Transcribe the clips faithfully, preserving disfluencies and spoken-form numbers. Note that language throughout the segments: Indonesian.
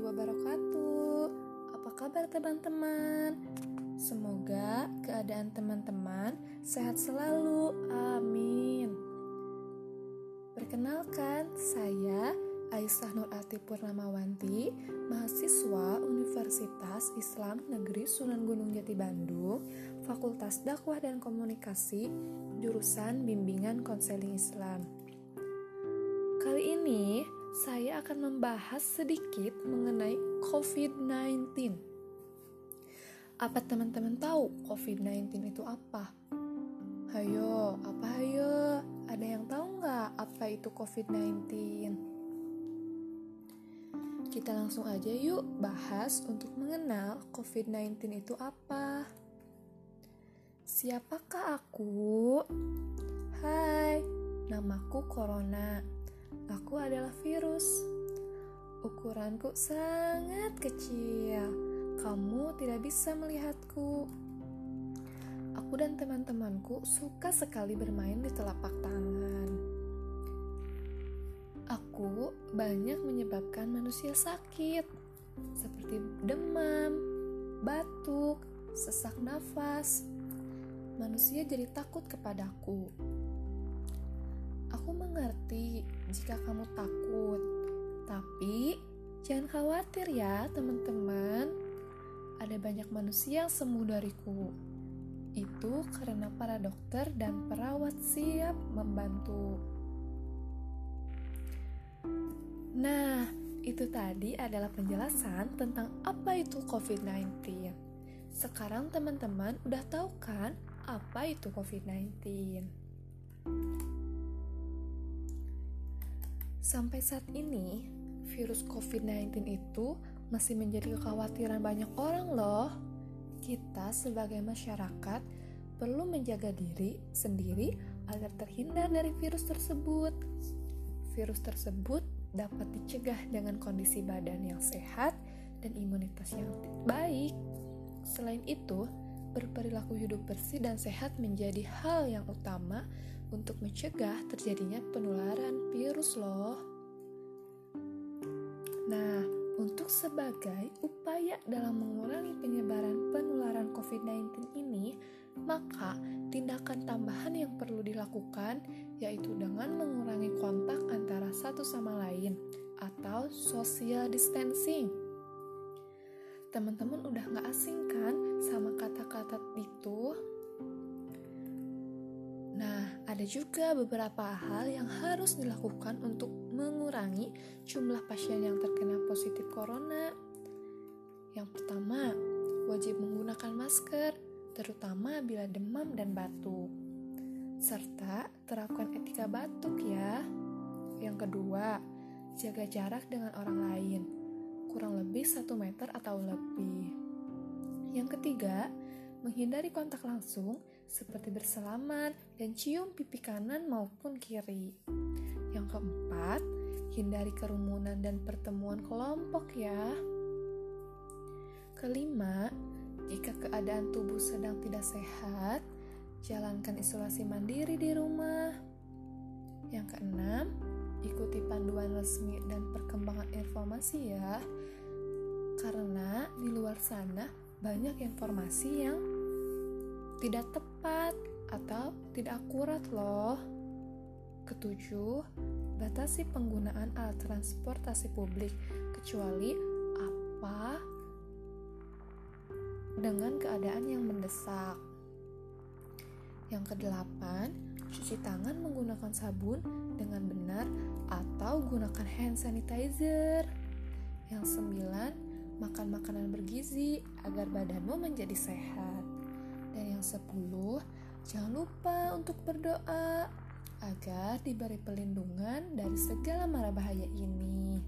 wabarakatuh. Apa kabar teman-teman? Semoga keadaan teman-teman sehat selalu. Amin. Perkenalkan, saya Aisyah Nur Ati Purnamawanti, mahasiswa Universitas Islam Negeri Sunan Gunung Jati Bandung, Fakultas Dakwah dan Komunikasi, jurusan Bimbingan Konseling Islam. Kali ini saya akan membahas sedikit mengenai covid sembilan belas. Apa teman-teman tahu covid sembilan belas itu apa? Hayo, apa hayo? Ada yang tahu nggak apa itu covid sembilan belas? Kita langsung aja yuk bahas untuk mengenal covid sembilan belas itu apa. Siapakah aku? Hai, namaku Corona. Aku adalah virus. Ukuranku sangat kecil. Kamu tidak bisa melihatku. Aku dan teman-temanku suka sekali bermain di telapak tangan. Aku banyak menyebabkan manusia sakit, seperti demam, batuk, sesak nafas. Manusia jadi takut kepadaku. Aku mengerti jika kamu takut, tapi jangan khawatir ya teman-teman. Ada banyak manusia yang sembuh dariku. Itu karena para dokter dan perawat siap membantu. Nah, itu tadi adalah penjelasan tentang apa itu covid sembilan belas. Sekarang teman-teman udah tahu kan apa itu covid sembilan belas? Sampai saat ini, virus covid sembilan belas itu masih menjadi kekhawatiran banyak orang loh. Kita sebagai masyarakat perlu menjaga diri sendiri agar terhindar dari virus tersebut. Virus tersebut dapat dicegah dengan kondisi badan yang sehat dan imunitas yang baik. Selain itu, berperilaku hidup bersih dan sehat menjadi hal yang utama untuk mencegah terjadinya penularan virus loh. Nah, untuk sebagai upaya dalam mengurangi penyebaran penularan covid sembilan belas ini, maka tindakan tambahan yang perlu dilakukan yaitu dengan mengurangi kontak antara satu sama lain atau social distancing. Teman-teman udah gak asing kan sama kata-kata itu? Nah, ada juga beberapa hal yang harus dilakukan untuk mengurangi jumlah pasien yang terkena positif corona. Yang pertama, wajib menggunakan masker, terutama bila demam dan batuk. Serta terapkan etika batuk ya. Yang kedua, jaga jarak dengan orang lain, kurang lebih satu meter atau lebih. Yang ketiga, menghindari kontak langsung seperti bersalaman dan cium pipi kanan maupun kiri. Yang keempat, hindari kerumunan dan pertemuan kelompok ya. Kelima, jika keadaan tubuh sedang tidak sehat, jalankan isolasi mandiri di rumah. Yang keenam, ikuti panduan resmi dan perkembangan informasi ya. Karena di luar sana banyak informasi yang tidak tepat atau tidak akurat loh. Ketujuh, batasi penggunaan alat transportasi publik kecuali apa dengan keadaan yang mendesak. Yang kedelapan, cuci tangan menggunakan sabun dengan benar atau gunakan hand sanitizer. Yang sembilan, makan makanan bergizi agar badanmu menjadi sehat. Dan yang sepuluh, jangan lupa untuk berdoa agar diberi perlindungan dari segala mara bahaya ini.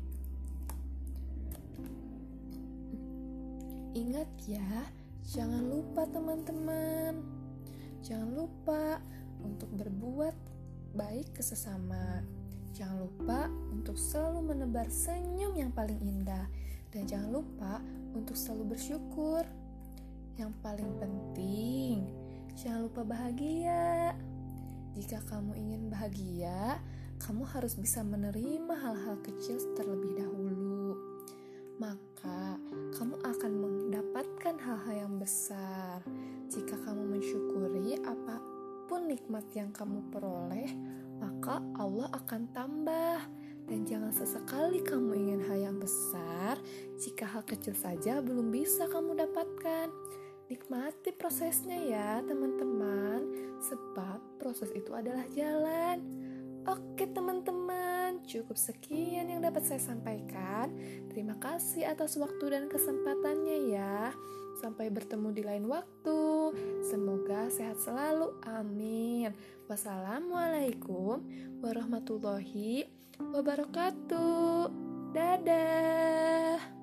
Ingat ya, jangan lupa teman-teman. Jangan lupa untuk berbuat baik ke sesama. Jangan lupa untuk selalu menebar senyum yang paling indah. Dan jangan lupa untuk selalu bersyukur. Yang paling penting, jangan lupa bahagia. Jika kamu ingin bahagia, kamu harus bisa menerima hal-hal kecil terlebih dahulu. maka kamu akan mendapatkan hal-hal yang besar. Jika kamu mensyukuri apapun nikmat yang kamu peroleh, maka Allah akan tambah. Dan jangan sesekali kamu ingin hal yang besar jika hal kecil saja belum bisa kamu dapatkan. Nikmati prosesnya ya teman-teman, sebab proses itu adalah jalan. Oke teman-teman, cukup sekian yang dapat saya sampaikan. Terima kasih atas waktu dan kesempatannya ya. Sampai bertemu di lain waktu. Semoga sehat selalu, amin. Wassalamualaikum warahmatullahi wabarakatuh. Dadah.